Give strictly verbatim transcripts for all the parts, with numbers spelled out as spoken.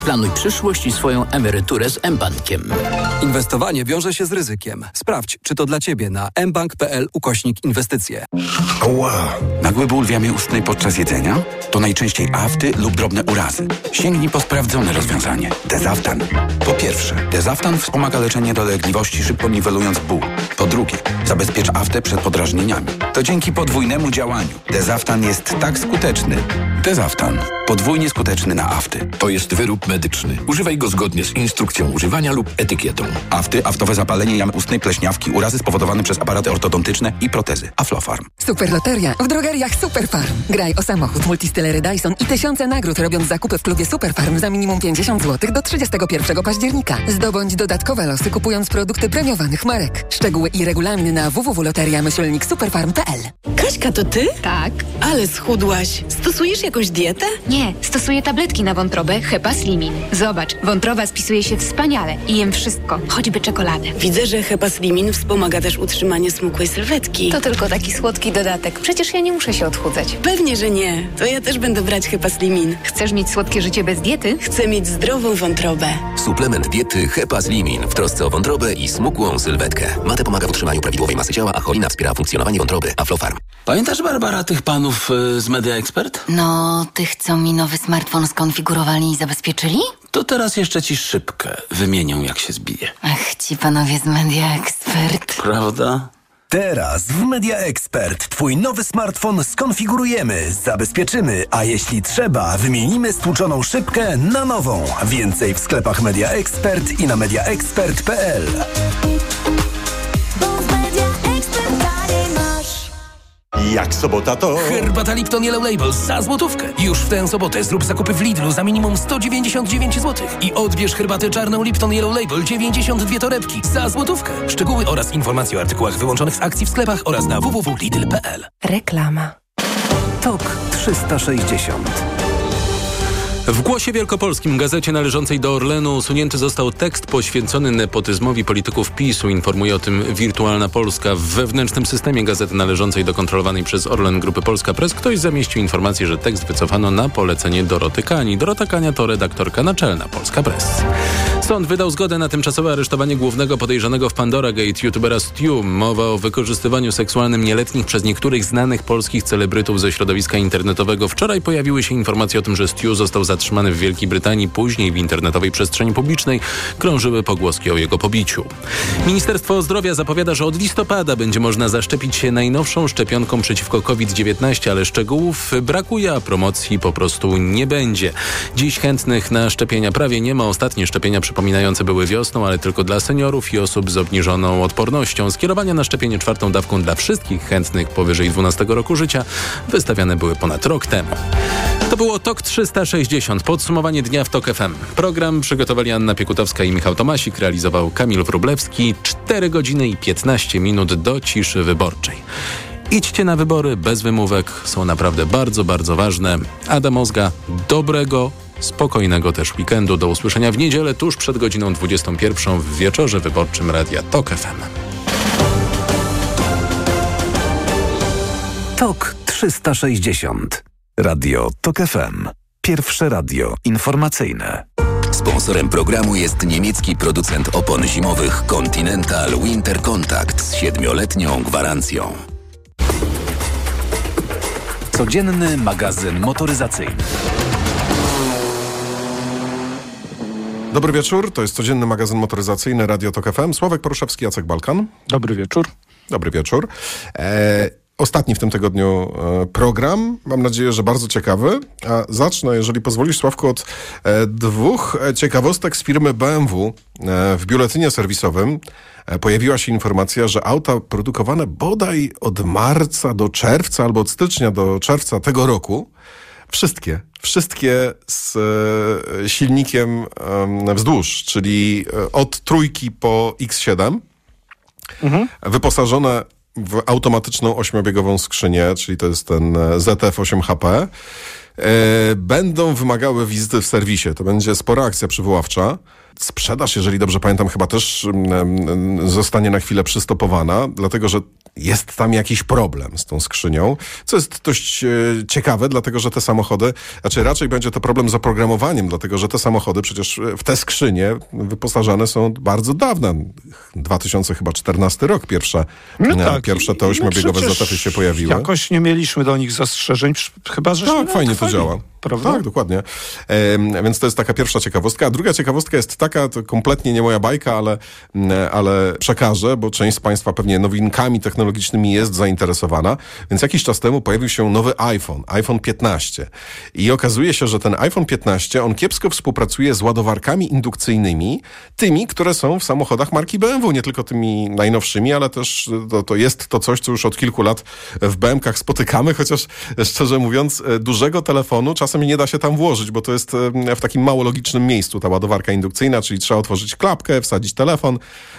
Planuj przyszłość i swoją emeryturę z mBankiem. Inwestowanie wiąże się z ryzykiem. Sprawdź, czy to dla Ciebie na mbank.pl ukośnik inwestycje. Ała! Nagły ból w jamie ustnej podczas jedzenia? To najczęściej afty lub drobne urazy. Sięgnij po sprawdzone rozwiązanie. Dezaftan. Po pierwsze, Dezaftan wspomaga leczenie dolegliwości, szybko niwelując ból. Po drugie, zabezpiecz aftę przed podrażnieniami. To dzięki podwójnemu działaniu. Dezaftan jest tak skuteczny. Dezaftan. Podwójnie skuteczny na afty. To jest wyrób medyczny. Używaj go zgodnie z instrukcją używania lub etykietą. Afty, aftowe zapalenie jamy ustnej, pleśniawki, urazy spowodowane przez aparaty ortodontyczne i protezy. Aflofarm. Superloteria w drogeriach Superfarm. Graj o samochód, multistylery Dyson i tysiące nagród, robiąc zakupy w klubie Superfarm za minimum pięćdziesiąt złotych do trzydziestego pierwszego października. Zdobądź dodatkowe losy, kupując produkty premiowanych marek. Szczegóły i regulamin na w w w kropka loteria myślnik superfarm kropka p l. Kaśka, to ty? Tak. Ale schudłaś. Stosujesz jakąś dietę? Nie, stosuję tabletki na wątrobę Hepaslimin. Zobacz, wątroba spisuje się wspaniale i jem wszystko, choćby czekoladę. Widzę, że Hepaslimin wspomaga też utrzymanie smukłej sylwetki. To tylko taki słodki dodatek. Przecież ja nie muszę się odchudzać. Pewnie, że nie. To ja też będę brać Hepaslimin. Chcesz mieć słodkie życie bez diety? Chcę mieć zdrową wątrobę. Suplement diety Hepaslimin w trosce o wątrobę i smukłą sylwetkę. Mate pomaga w utrzymaniu prawidłowej masy ciała, a cholina wspiera funkcjonowanie wątroby. Aflofarm. Pamiętasz, Barbara, tych panów y, z Media Expert? No, tych, co mi nowy smartfon skonfigurowali i zabezpieczyli? To teraz jeszcze ci szybkę wymienią, jak się zbije. Ach, ci panowie z Media Expert. Prawda? Teraz w Media Expert twój nowy smartfon skonfigurujemy, zabezpieczymy, a jeśli trzeba, wymienimy stłuczoną szybkę na nową. Więcej w sklepach Media Expert i na media expert kropka p l. Jak sobota to... Herbata Lipton Yellow Label za złotówkę. Już w tę sobotę zrób zakupy w Lidlu za minimum sto dziewięćdziesiąt dziewięć złotych i odbierz herbatę czarną Lipton Yellow Label dziewięćdziesiąt dwie torebki za złotówkę. Szczegóły oraz informacje o artykułach wyłączonych z akcji w sklepach oraz na w w w kropka lidl kropka p l. Reklama. Tok trzysta sześćdziesiąt. W Głosie Wielkopolskim, gazecie należącej do Orlenu, usunięty został tekst poświęcony nepotyzmowi polityków PiSu. Informuje o tym Wirtualna Polska. W wewnętrznym systemie gazety należącej do kontrolowanej przez Orlen Grupy Polska Press ktoś zamieścił informację, że tekst wycofano na polecenie Doroty Kani. Dorota Kania to redaktorka naczelna Polska Press. Sąd wydał zgodę na tymczasowe aresztowanie głównego podejrzanego w Pandora Gate youtubera Stu. Mowa o wykorzystywaniu seksualnym nieletnich przez niektórych znanych polskich celebrytów ze środowiska internetowego. Wczoraj pojawiły się informacje o tym, że Stu został zatrzymany w Wielkiej Brytanii. Później w internetowej przestrzeni publicznej krążyły pogłoski o jego pobiciu. Ministerstwo Zdrowia zapowiada, że od listopada będzie można zaszczepić się najnowszą szczepionką przeciwko COVID dziewiętnaście, ale szczegółów brakuje, a promocji po prostu nie będzie. Dziś chętnych na szczepienia prawie nie ma. Ostatnie szczepienia przypominające były wiosną, ale tylko dla seniorów i osób z obniżoną odpornością. Skierowania na szczepienie czwartą dawką dla wszystkich chętnych powyżej dwunastego roku życia wystawiane były ponad rok temu. To było Tok trzysta sześćdziesiąt. Podsumowanie dnia w Tok F M. Program przygotowali Anna Piekutowska i Michał Tomasik. Realizował Kamil Wróblewski. cztery godziny i piętnaście minut do ciszy wyborczej. Idźcie na wybory bez wymówek. Są naprawdę bardzo, bardzo ważne. Adam Ozga, dobrego, spokojnego też weekendu. Do usłyszenia w niedzielę tuż przed godziną dwudziestą pierwszą w wieczorze wyborczym Radia Tok F M. Tok trzysta sześćdziesiąt. Radio Tok F M. Pierwsze radio informacyjne. Sponsorem programu jest niemiecki producent opon zimowych Continental Winter Contact z siedmioletnią gwarancją. Codzienny magazyn motoryzacyjny. Dobry wieczór, to jest codzienny magazyn motoryzacyjny Radio Tok F M. Sławek Poruszewski, Jacek Balkan. Dobry wieczór. Dobry wieczór. E- Ostatni w tym tygodniu e, program. Mam nadzieję, że bardzo ciekawy. A zacznę, jeżeli pozwolisz, Sławku, od e, dwóch ciekawostek z firmy B M W. E, w biuletynie serwisowym e, pojawiła się informacja, że auta produkowane bodaj od marca do czerwca albo od stycznia do czerwca tego roku, wszystkie, wszystkie z e, silnikiem e, wzdłuż, czyli e, od trójki po X siedem, mhm. wyposażone w automatyczną ośmiobiegową skrzynię, czyli to jest ten Z F osiem H P, e, będą wymagały wizyty w serwisie. To będzie spora akcja przywoławcza. Sprzedaż, jeżeli dobrze pamiętam, chyba też zostanie na chwilę przystopowana, dlatego że jest tam jakiś problem z tą skrzynią, co jest dość e, ciekawe, dlatego że te samochody, znaczy raczej będzie to problem z oprogramowaniem, dlatego że te samochody przecież w te skrzynie wyposażane są bardzo dawno. dwa tysiące czternasty rok pierwsze, no tak. e, pierwsze te ośmiobiegowe zestawy się pojawiły. Jakoś nie mieliśmy do nich zastrzeżeń, chyba że tak, fajnie to działa. Prawda? Tak, dokładnie. E, więc to jest taka pierwsza ciekawostka. A druga ciekawostka jest taka, to kompletnie nie moja bajka, ale, ale przekażę, bo część z Państwa pewnie nowinkami technologicznymi jest zainteresowana. Więc jakiś czas temu pojawił się nowy iPhone, iPhone piętnaście. I okazuje się, że ten iPhone piętnaście, on kiepsko współpracuje z ładowarkami indukcyjnymi, tymi, które są w samochodach marki B M W. Nie tylko tymi najnowszymi, ale też to, to jest to coś, co już od kilku lat w B M kach spotykamy, chociaż szczerze mówiąc, dużego telefonu czasem nie da się tam włożyć, bo to jest w takim mało logicznym miejscu ta ładowarka indukcyjna, czyli trzeba otworzyć klapkę, wsadzić telefon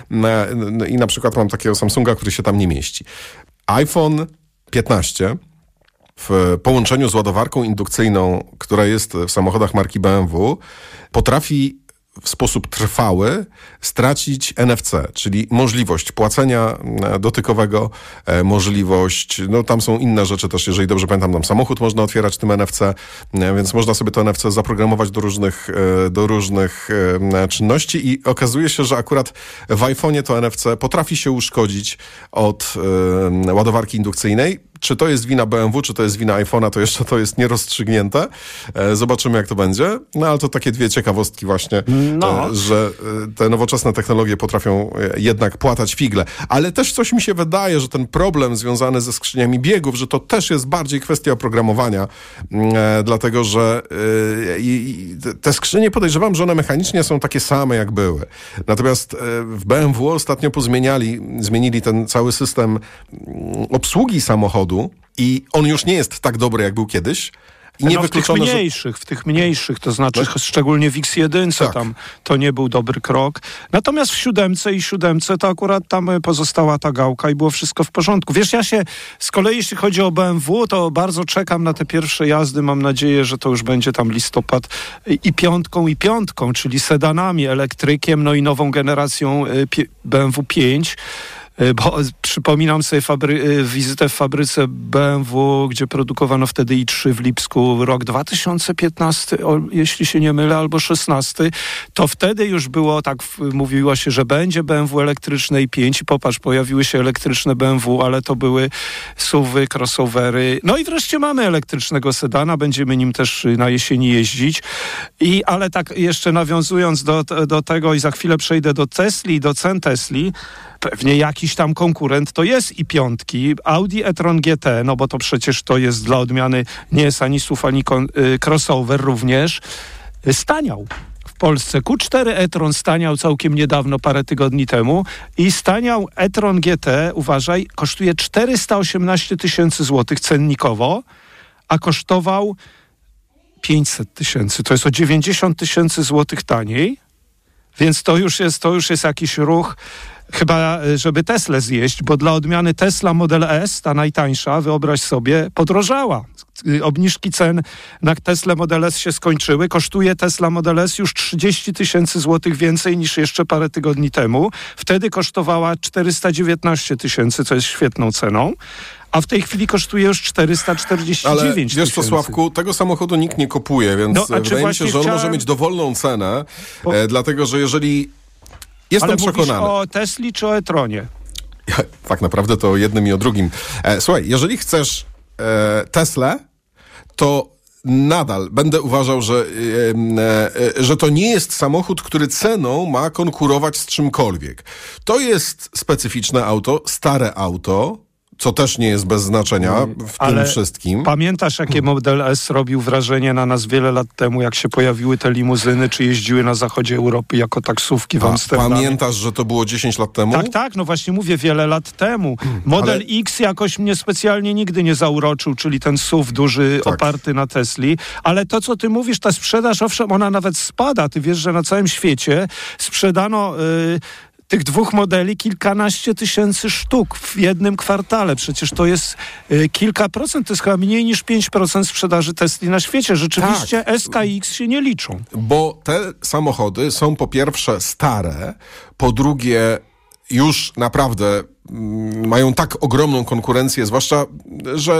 i na przykład mam takiego Samsunga, który się tam nie mieści. iPhone piętnaście w połączeniu z ładowarką indukcyjną, która jest w samochodach marki B M W, potrafi w sposób trwały stracić N F C, czyli możliwość płacenia dotykowego, możliwość, no tam są inne rzeczy też, jeżeli dobrze pamiętam, tam samochód można otwierać tym N F C, więc można sobie to N F C zaprogramować do różnych, do różnych czynności i okazuje się, że akurat w iPhone'ie to N F C potrafi się uszkodzić od ładowarki indukcyjnej. Czy to jest wina B M W, czy to jest wina iPhone'a, to jeszcze to jest nierozstrzygnięte. Zobaczymy, jak to będzie. No ale to takie dwie ciekawostki właśnie, no. że te nowoczesne technologie potrafią jednak płatać figle. Ale też coś mi się wydaje, że ten problem związany ze skrzyniami biegów, że to też jest bardziej kwestia oprogramowania, dlatego że te skrzynie, podejrzewam, że one mechanicznie są takie same, jak były. Natomiast w B M W ostatnio pozmieniali, zmienili ten cały system obsługi samochodu, i on już nie jest tak dobry, jak był kiedyś. I nie no, w tych mniejszych, że... w tych mniejszych, to znaczy no. szczególnie w X jeden tak. tam to nie był dobry krok. Natomiast w siódemce i siódemce to akurat tam pozostała ta gałka i było wszystko w porządku. Wiesz, ja się z kolei, jeśli chodzi o B M W, to bardzo czekam na te pierwsze jazdy. Mam nadzieję, że to już będzie tam listopad i piątką, i piątką, czyli sedanami, elektrykiem, no i nową generacją B M W pięć. Bo przypominam sobie fabry- wizytę w fabryce B M W, gdzie produkowano wtedy i trzy w Lipsku, rok dwa tysiące piętnasty, o, jeśli się nie mylę, albo szesnasty, to wtedy już było tak, mówiło się, że będzie B M W elektryczne i pięć i popatrz, pojawiły się elektryczne B M W, ale to były S U V-y, crossovery, no i wreszcie mamy elektrycznego sedana, będziemy nim też na jesieni jeździć. I, ale tak jeszcze nawiązując do, do tego i za chwilę przejdę do Tesli, do cen Tesli, pewnie jakiś tam konkurent to jest i piątki. Audi e-tron G T, no bo to przecież to jest dla odmiany, nie jest ani S U V, ani kon, y, crossover również, staniał. W Polsce Q cztery e-tron staniał całkiem niedawno, parę tygodni temu i staniał e-tron G T, uważaj, kosztuje czterysta osiemnaście tysięcy złotych cennikowo, a kosztował pięćset tysięcy. To jest o dziewięćdziesiąt tysięcy złotych taniej, więc to już jest, to już jest jakiś ruch. Chyba, żeby Teslę zjeść, bo dla odmiany Tesla Model S, ta najtańsza, wyobraź sobie, podrożała. Obniżki cen na Tesla Model S się skończyły. Kosztuje Tesla Model S już trzydzieści tysięcy złotych więcej niż jeszcze parę tygodni temu. Wtedy kosztowała czterysta dziewiętnaście tysięcy, co jest świetną ceną. A w tej chwili kosztuje już czterysta czterdzieści dziewięć tysięcy. Ale wiesz co, Sławku, tego samochodu nikt nie kupuje, więc no, wydaje mi się, że on chciałem... może mieć dowolną cenę, po... e, dlatego że jeżeli... Jestem Ale przekonany. mówisz o Tesli czy o e-tronie? Ja, tak naprawdę to o jednym i o drugim. E, słuchaj, jeżeli chcesz e, Teslę, to nadal będę uważał, że, e, e, że to nie jest samochód, który ceną ma konkurować z czymkolwiek. To jest specyficzne auto, stare auto, co też nie jest bez znaczenia w Ale tym wszystkim. Pamiętasz, jakie Model S robił wrażenie na nas wiele lat temu, jak się pojawiły te limuzyny, czy jeździły na zachodzie Europy jako taksówki w Amsterdamie? Pamiętasz, że to było dziesięć lat temu? Tak, tak, no właśnie mówię, wiele lat temu. Model Ale... X jakoś mnie specjalnie nigdy nie zauroczył, czyli ten S U V duży, tak. oparty na Tesli. Ale to, co ty mówisz, ta sprzedaż, owszem, ona nawet spada. Ty wiesz, że na całym świecie sprzedano... Yy, tych dwóch modeli kilkanaście tysięcy sztuk w jednym kwartale. Przecież to jest y, kilka procent, to jest chyba mniej niż pięć procent sprzedaży Tesli na świecie. Rzeczywiście tak. S K X się nie liczą. Bo te samochody są po pierwsze stare, po drugie już naprawdę mają tak ogromną konkurencję, zwłaszcza, że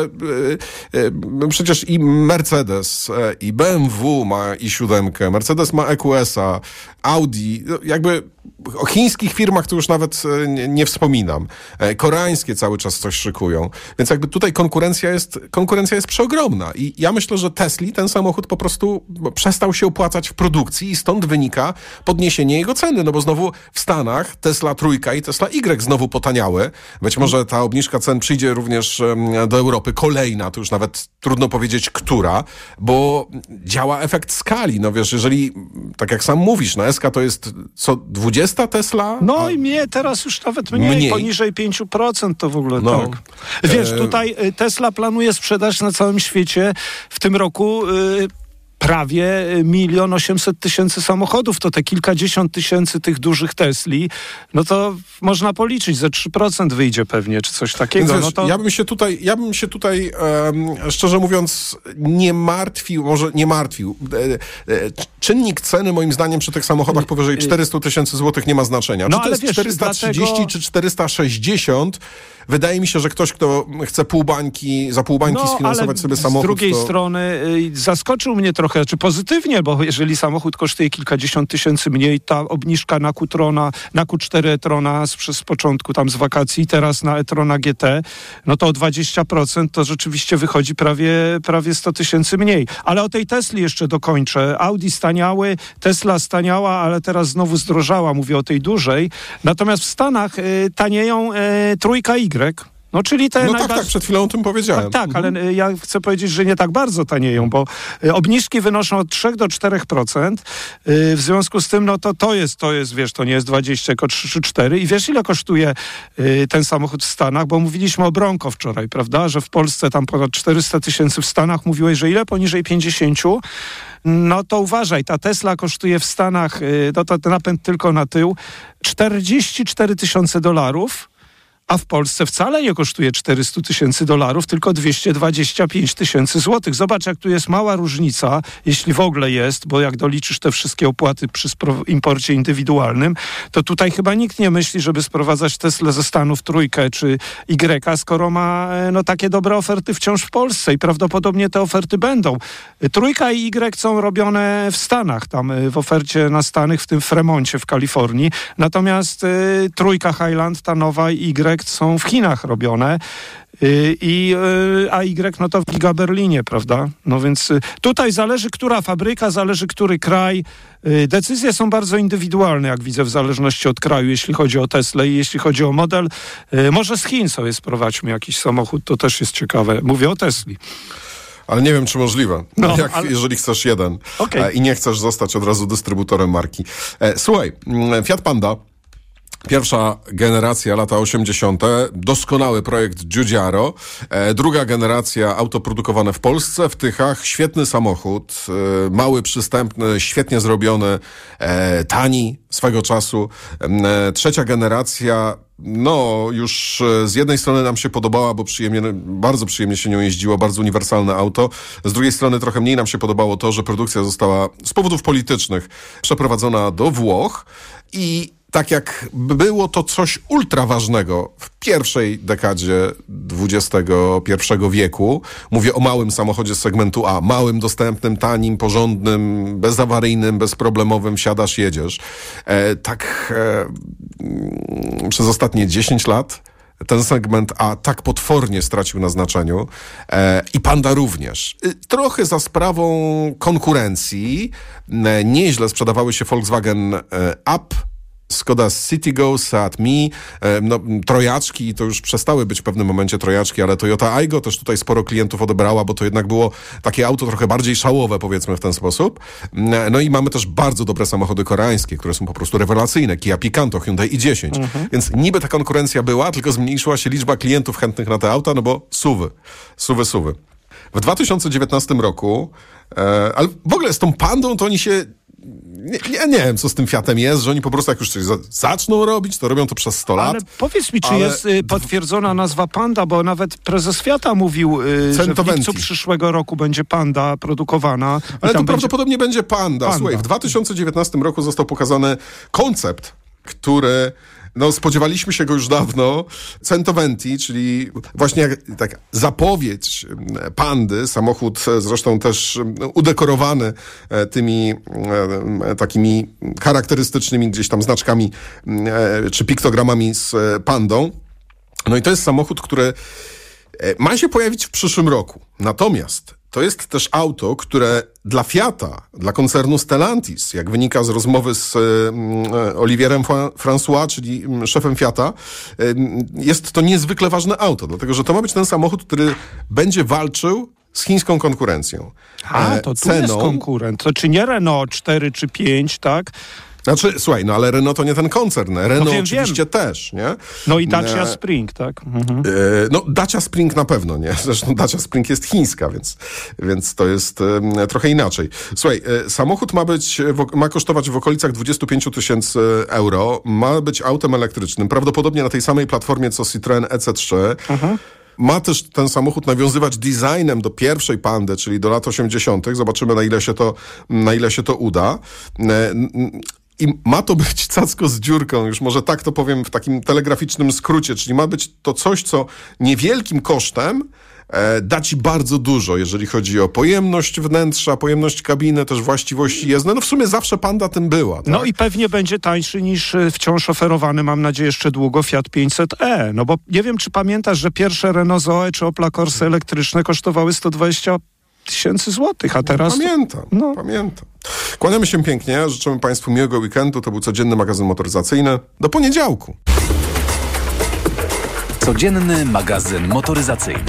y, y, przecież i Mercedes, y, i B M W ma i siedem, Mercedes ma E Q S-a, Audi, jakby o chińskich firmach to już nawet y, nie, nie wspominam. Y, koreańskie cały czas coś szykują. Więc jakby tutaj konkurencja jest, konkurencja jest przeogromna. I ja myślę, że Tesli ten samochód po prostu przestał się opłacać w produkcji i stąd wynika podniesienie jego ceny, no bo znowu w Stanach Tesla trójka i Tesla Y znowu potaniały. Być może ta obniżka cen przyjdzie również do Europy, kolejna, to już nawet trudno powiedzieć, która, bo działa efekt skali. No wiesz, jeżeli, tak jak sam mówisz, na S K to jest co, dwudziesta Tesla? No a... i mnie teraz już nawet mniej, mniej. poniżej pięć procent to w ogóle no. tak. Wiesz, tutaj Tesla planuje sprzedać na całym świecie w tym roku... Yy, prawie milion osiemset tysięcy samochodów, to te kilkadziesiąt tysięcy tych dużych Tesli, no to można policzyć, ze trzy procent wyjdzie pewnie, czy coś takiego. Więc, no wiesz, to... Ja bym się tutaj, ja bym się tutaj um, szczerze mówiąc nie martwił, może nie martwił. E, e, czynnik ceny moim zdaniem przy tych samochodach powyżej czterysta tysięcy złotych nie ma znaczenia. No, czy to jest wiesz, czterysta trzydzieści dlatego... czy czterysta sześćdziesiąt? Wydaje mi się, że ktoś, kto chce pół bańki, za pół bańki no, sfinansować sobie samochód. Z drugiej to... strony y, zaskoczył mnie trochę, czy pozytywnie, bo jeżeli samochód kosztuje kilkadziesiąt tysięcy mniej, ta obniżka na Q-Trona, na Q cztery e-trona z, z początku tam z wakacji, teraz na e-trona G T, no to o dwadzieścia procent to rzeczywiście wychodzi prawie, prawie sto tysięcy mniej. Ale o tej Tesli jeszcze dokończę. Audi staniały, Tesla staniała, ale teraz znowu zdrożała, mówię o tej dużej. Natomiast w Stanach y, tanieją y, trójka Y. No, czyli te no najbardziej... tak, tak, przed chwilą o tym powiedziałem. Tak, tak, mhm. ale ja chcę powiedzieć, że nie tak bardzo tanieją, bo obniżki wynoszą od trzy do czterech procent. W związku z tym, no to to jest, to jest, wiesz, to nie jest dwadzieścia, tylko trzy czy cztery. I wiesz, ile kosztuje ten samochód w Stanach? Bo mówiliśmy o Bronco wczoraj, prawda? Że w Polsce tam ponad czterysta tysięcy, w Stanach mówiłeś, że ile? Poniżej pięćdziesiąt. No to uważaj, ta Tesla kosztuje w Stanach, no to ten napęd tylko na tył, czterdzieści cztery tysiące dolarów. A w Polsce wcale nie kosztuje czterysta tysięcy dolarów, tylko dwieście dwadzieścia pięć tysięcy złotych. Zobacz, jak tu jest mała różnica, jeśli w ogóle jest, bo jak doliczysz te wszystkie opłaty przy spro- imporcie indywidualnym, to tutaj chyba nikt nie myśli, żeby sprowadzać Teslę ze Stanów trójkę czy Y, skoro ma no, takie dobre oferty wciąż w Polsce i prawdopodobnie te oferty będą. Trójka i Y są robione w Stanach, tam w ofercie na Stany, w tym w Fremoncie w Kalifornii. Natomiast y, trójka Highland, ta nowa i Y są w Chinach robione i a Y no to w Giga Berlinie, prawda? No więc tutaj zależy, która fabryka, zależy, który kraj. Decyzje są bardzo indywidualne, jak widzę, w zależności od kraju, jeśli chodzi o Teslę i jeśli chodzi o model. Może z Chin sobie sprowadźmy jakiś samochód, to też jest ciekawe. Mówię o Tesli. Ale nie wiem, czy możliwe. No, Jak, ale... Jeżeli chcesz jeden okay. e, i nie chcesz zostać od razu dystrybutorem marki. E, słuchaj, Fiat Panda, pierwsza generacja, lata osiemdziesiąte. Doskonały projekt Giugiaro. E, druga generacja, auto produkowane w Polsce, w Tychach. Świetny samochód, e, mały, przystępny, świetnie zrobiony, e, tani swego czasu. E, trzecia generacja, no już z jednej strony nam się podobała, bo przyjemnie, bardzo przyjemnie się nią jeździło, bardzo uniwersalne auto. Z drugiej strony trochę mniej nam się podobało to, że produkcja została z powodów politycznych przeprowadzona do Włoch i tak jak było to coś ultra ważnego w pierwszej dekadzie dwudziestego pierwszego wieku, mówię o małym samochodzie z segmentu A, małym, dostępnym, tanim, porządnym, bezawaryjnym, bezproblemowym, wsiadasz, jedziesz. E, tak e, przez ostatnie dziesięć lat ten segment A tak potwornie stracił na znaczeniu e, i Panda również. E, trochę za sprawą konkurencji e, nieźle sprzedawały się Volkswagen e, Up, Skoda Citigo, Seat Mi, no, trojaczki, to już przestały być w pewnym momencie trojaczki, ale Toyota Aygo też tutaj sporo klientów odebrała, bo to jednak było takie auto trochę bardziej szałowe, powiedzmy w ten sposób. No i mamy też bardzo dobre samochody koreańskie, które są po prostu rewelacyjne. Kia Picanto, Hyundai i dziesięć. Mhm. Więc niby ta konkurencja była, tylko zmniejszyła się liczba klientów chętnych na te auta, no bo suwy, suwy, suwy. W dwa tysiące dziewiętnastym roku, e, ale w ogóle z tą Pandą to oni się nie, ja nie wiem, co z tym Fiatem jest, że oni po prostu jak już coś za, zaczną robić, to robią to przez sto lat. Ale powiedz mi, czy ale... jest y, potwierdzona nazwa Panda, bo nawet prezes Fiata mówił, y, że w lipcu przyszłego roku będzie Panda produkowana. Ale to będzie... prawdopodobnie będzie Panda. Panda. Słuchaj, w dwa tysiące dziewiętnastym roku został pokazany koncept, który... No, spodziewaliśmy się go już dawno. Centoventi, czyli właśnie jak, tak zapowiedź Pandy, samochód zresztą też udekorowany tymi e, takimi charakterystycznymi gdzieś tam znaczkami e, czy piktogramami z Pandą. No i to jest samochód, który ma się pojawić w przyszłym roku. Natomiast to jest też auto, które dla Fiata, dla koncernu Stellantis, jak wynika z rozmowy z e, Olivierem François, czyli szefem Fiata, e, jest to niezwykle ważne auto, dlatego że to ma być ten samochód, który będzie walczył z chińską konkurencją. A, to tu ceną, jest konkurent. To czy nie Renault cztery czy pięć, tak? Znaczy, słuchaj, no ale Renault to nie ten koncern. Renault no wiem, oczywiście wiem. też, nie? No i Dacia Spring, tak? Mhm. E, no Dacia Spring na pewno, nie? Zresztą Dacia Spring jest chińska, więc, więc to jest e, trochę inaczej. Słuchaj, e, samochód ma być, w, ma kosztować w okolicach dwadzieścia pięć tysięcy euro, ma być autem elektrycznym, prawdopodobnie na tej samej platformie co Citroen E C trzy. Mhm. Ma też ten samochód nawiązywać designem do pierwszej Pandy, czyli do lat osiemdziesiątych. Zobaczymy, na ile się to, na ile się to uda. E, I ma to być cacko z dziurką, już może tak to powiem w takim telegraficznym skrócie, czyli ma być to coś, co niewielkim kosztem e, da ci bardzo dużo, jeżeli chodzi o pojemność wnętrza, pojemność kabiny, też właściwości jezdne. No w sumie zawsze Panda tym była. Tak? No i pewnie będzie tańszy niż wciąż oferowany, mam nadzieję, jeszcze długo Fiat pięćset E. No bo nie wiem, czy pamiętasz, że pierwsze Renault Zoe czy Opla Corsa elektryczne kosztowały sto dwadzieścia tysięcy złotych, a teraz... Pamiętam, no. pamiętam. Kłaniamy się pięknie, życzymy Państwu miłego weekendu. To był codzienny magazyn motoryzacyjny. Do poniedziałku. Codzienny magazyn motoryzacyjny.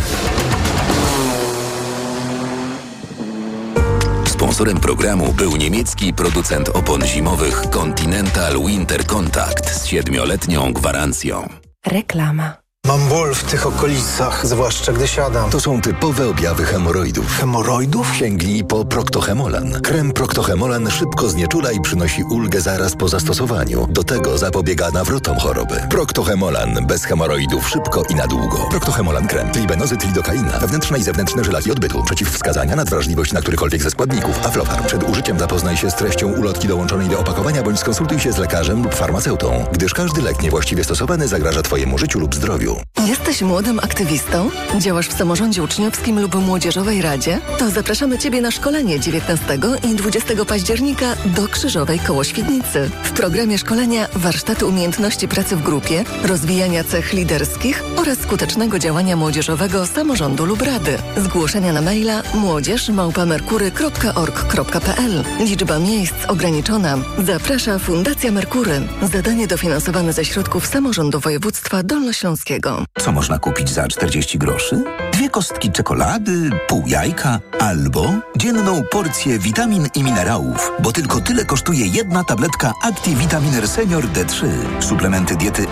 Sponsorem programu był niemiecki producent opon zimowych Continental Winter Contact z siedmioletnią gwarancją. Reklama. Mam ból w tych okolicach, zwłaszcza gdy siadam. To są typowe objawy hemoroidów. Hemoroidów? Sięgnij po Proctohemolan. Krem Proctohemolan szybko znieczula i przynosi ulgę zaraz po zastosowaniu. Do tego zapobiega nawrotom choroby. Proctohemolan. Bez hemoroidów szybko i na długo. Proctohemolan krem. Tribenozyt, lidokaina. Wewnętrzne i zewnętrzne żelaki odbytu. Przeciwwskazania na wrażliwość na którykolwiek ze składników. Aflofarm. Przed użyciem zapoznaj się z treścią ulotki dołączonej do opakowania bądź skonsultuj się z lekarzem lub farmaceutą, gdyż każdy lek niewłaściwie stosowany zagraża Twojemu życiu lub zdrowiu. Jesteś młodym aktywistą? Działasz w samorządzie uczniowskim lub młodzieżowej radzie? To zapraszamy Ciebie na szkolenie dziewiętnastego i dwudziestego października do Krzyżowej koło Świdnicy. W programie szkolenia warsztaty umiejętności pracy w grupie, rozwijania cech liderskich oraz skutecznego działania młodzieżowego samorządu lub rady. Zgłoszenia na maila młodzież małpa merkury kropka org kropka pe el. Liczba miejsc ograniczona. Zaprasza Fundacja Merkury. Zadanie dofinansowane ze środków samorządu województwa dolnośląskiego. Co można kupić za czterdzieści groszy? Dwie kostki czekolady, pół jajka albo dzienną porcję witamin i minerałów, bo tylko tyle kosztuje jedna tabletka ActiVitaminer Senior D trzy. Suplementy diety